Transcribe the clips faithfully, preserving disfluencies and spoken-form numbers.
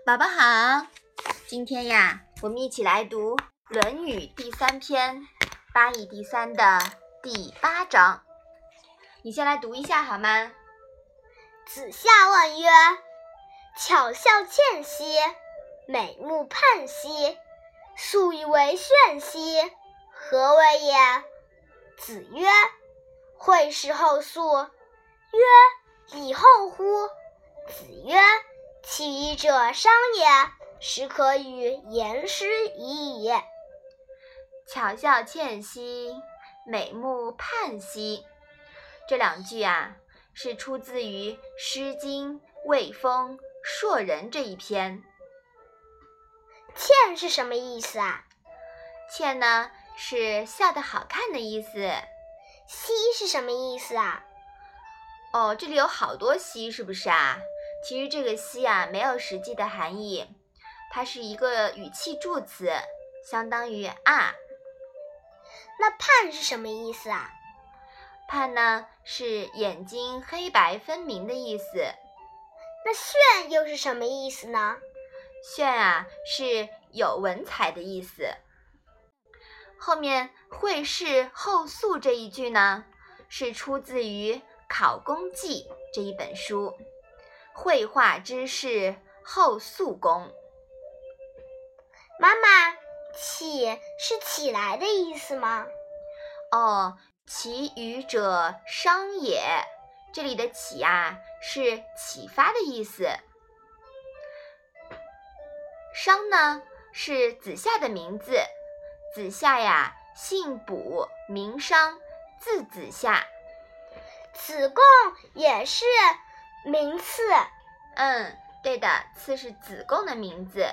宝宝好，今天呀，我们一起来读《论语》第三篇八义第三的第八章。你先来读一下好吗？ 子夏问曰：巧笑倩兮，美目盼兮，素以为炫兮，何为也？子曰：惠施后素。曰：以后乎？子曰：其余者商也，实可与言师已矣。 巧笑倩兮，美目盼兮，这两句啊，是出自于《诗经·卫风·硕人》这一篇。 倩是什么意思啊？ 倩呢，是笑得好看的意思。 兮是什么意思啊？ 哦，这里有好多兮，是不是啊？其实这个兮啊，没有实际的含义，它是一个语气助词，相当于啊。 那盼是什么意思啊？ 盼呢，是眼睛黑白分明的意思。 那炫又是什么意思呢？ 炫啊，是有文采的意思。后面惠施后素这一句呢，是出自于《考工记》这一本书，绘画之士后素公。 妈妈，起是起来的意思吗？ 哦，其余者商也，这里的启啊，是启发的意思。商呢，是子夏的名字，子夏呀，姓卜，名商，字子夏。 子贡也是名次。 嗯，对的，次是子贡的名字。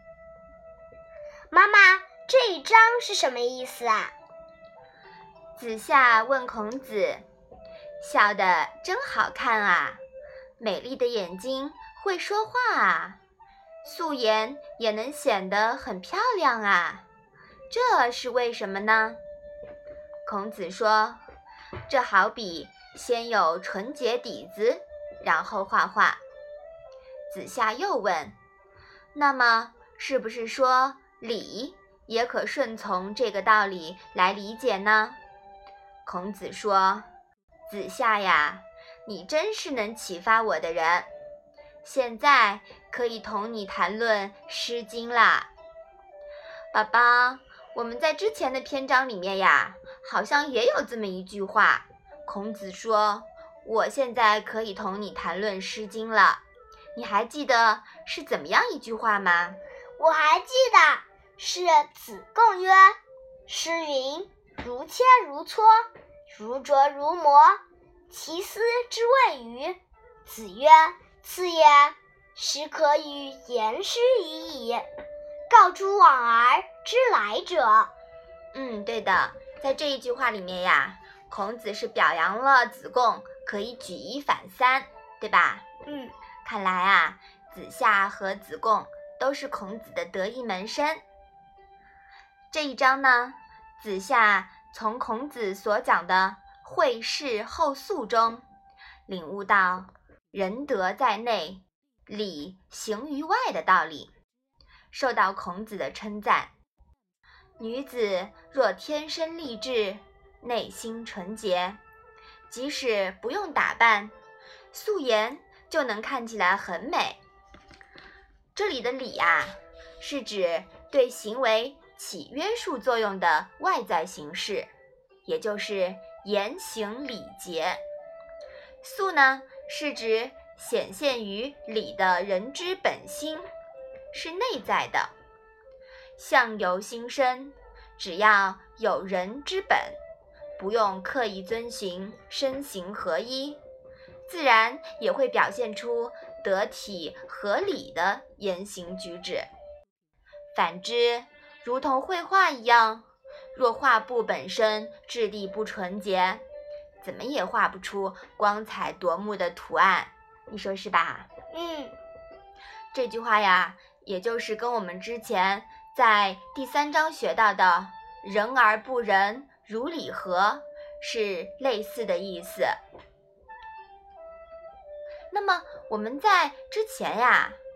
妈妈，这一章是什么意思啊？ 子夏问孔子：笑得真好看啊，美丽的眼睛会说话啊，素颜也能显得很漂亮啊，这是为什么呢？孔子说：这好比先有纯洁底子，然后画画。子夏又问：那么是不是说礼也可顺从这个道理来理解呢？孔子说：子夏呀，你真是能启发我的人，现在可以同你谈论《诗经》啦。宝宝，我们在之前的篇章里面呀，好像也有这么一句话，孔子说：我现在可以同你谈论《诗经》了。你还记得是怎么样一句话吗？ 我还记得是子贡曰：诗云，如切如磋，如琢如磨，其斯之谓与？子曰：次也，实可与言师已矣。告诸往而知来者。 嗯，对的，在这一句话里面呀，孔子是表扬了子贡可以举一反三，对吧？ 嗯， 看来啊，子夏和子贡都是孔子的得意门生。这一章呢，子夏从孔子所讲的惠施后素中，领悟到仁德在内，礼行于外的道理，受到孔子的称赞。女子若天生丽质，内心纯洁，即使不用打扮，素颜就能看起来很美。这里的礼啊，是指对行为起约束作用的外在形式，也就是言行礼节。素呢，是指显现于礼的人之本心，是内在的。相由心生，只要有人之本，不用刻意遵循身形合一，自然也会表现出得体合理的言行举止。反之，如同绘画一样，若画布本身质地不纯洁，怎么也画不出光彩夺目的图案，你说是吧？ 嗯， 这句话呀，也就是跟我们之前在第三章学到的人而不仁，如礼何是类似的意思。那么我们在之前呀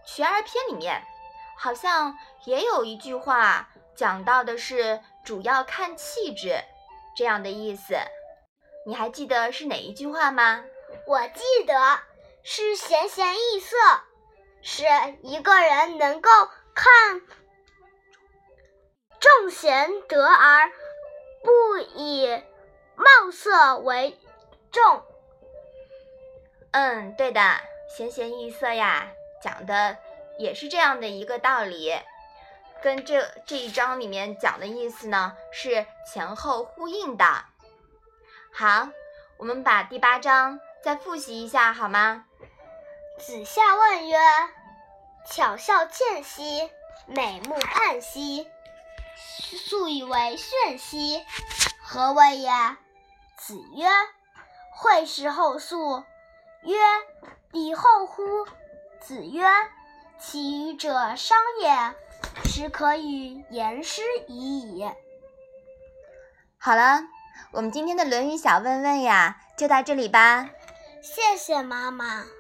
学而篇里面好像也有一句话讲到的是主要看气质这样的意思，你还记得是哪一句话吗？ 我记得是贤贤易色，是一个人能够看重贤德而不以貌色为重。 嗯，对的，贤贤易色呀，讲的也是这样的一个道理，跟这这一章里面讲的意思呢是前后呼应的。好，我们把第八章再复习一下好吗？ 子夏问曰：巧笑倩兮，美目盼兮，素以为炫兮，何谓也？子曰：惠施后素。曰：礼后乎？子曰：其余者商也，实可与言诗已矣。 好了，我们今天的《论语》小问问呀，就到这里吧。 谢谢妈妈。